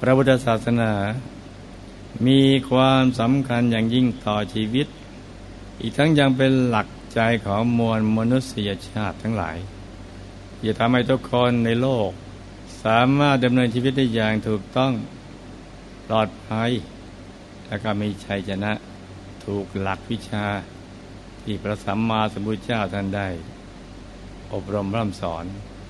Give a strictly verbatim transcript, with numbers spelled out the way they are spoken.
พระพุทธศาสนามีความสำคัญอย่างยิ่งต่อชีวิตอีกทั้งยังเป็นหลักใจของมวลมนุษยชาติทั้งหลายจะทำให้ทุกคนในโลกสามารถดำเนินชีวิตได้อย่างถูกต้องปลอดภัยและก็มีชัยชนะถูกหลักวิชาที่พระสัมมาสัมพุทธเจ้าท่านได้อบรมร่ำสอน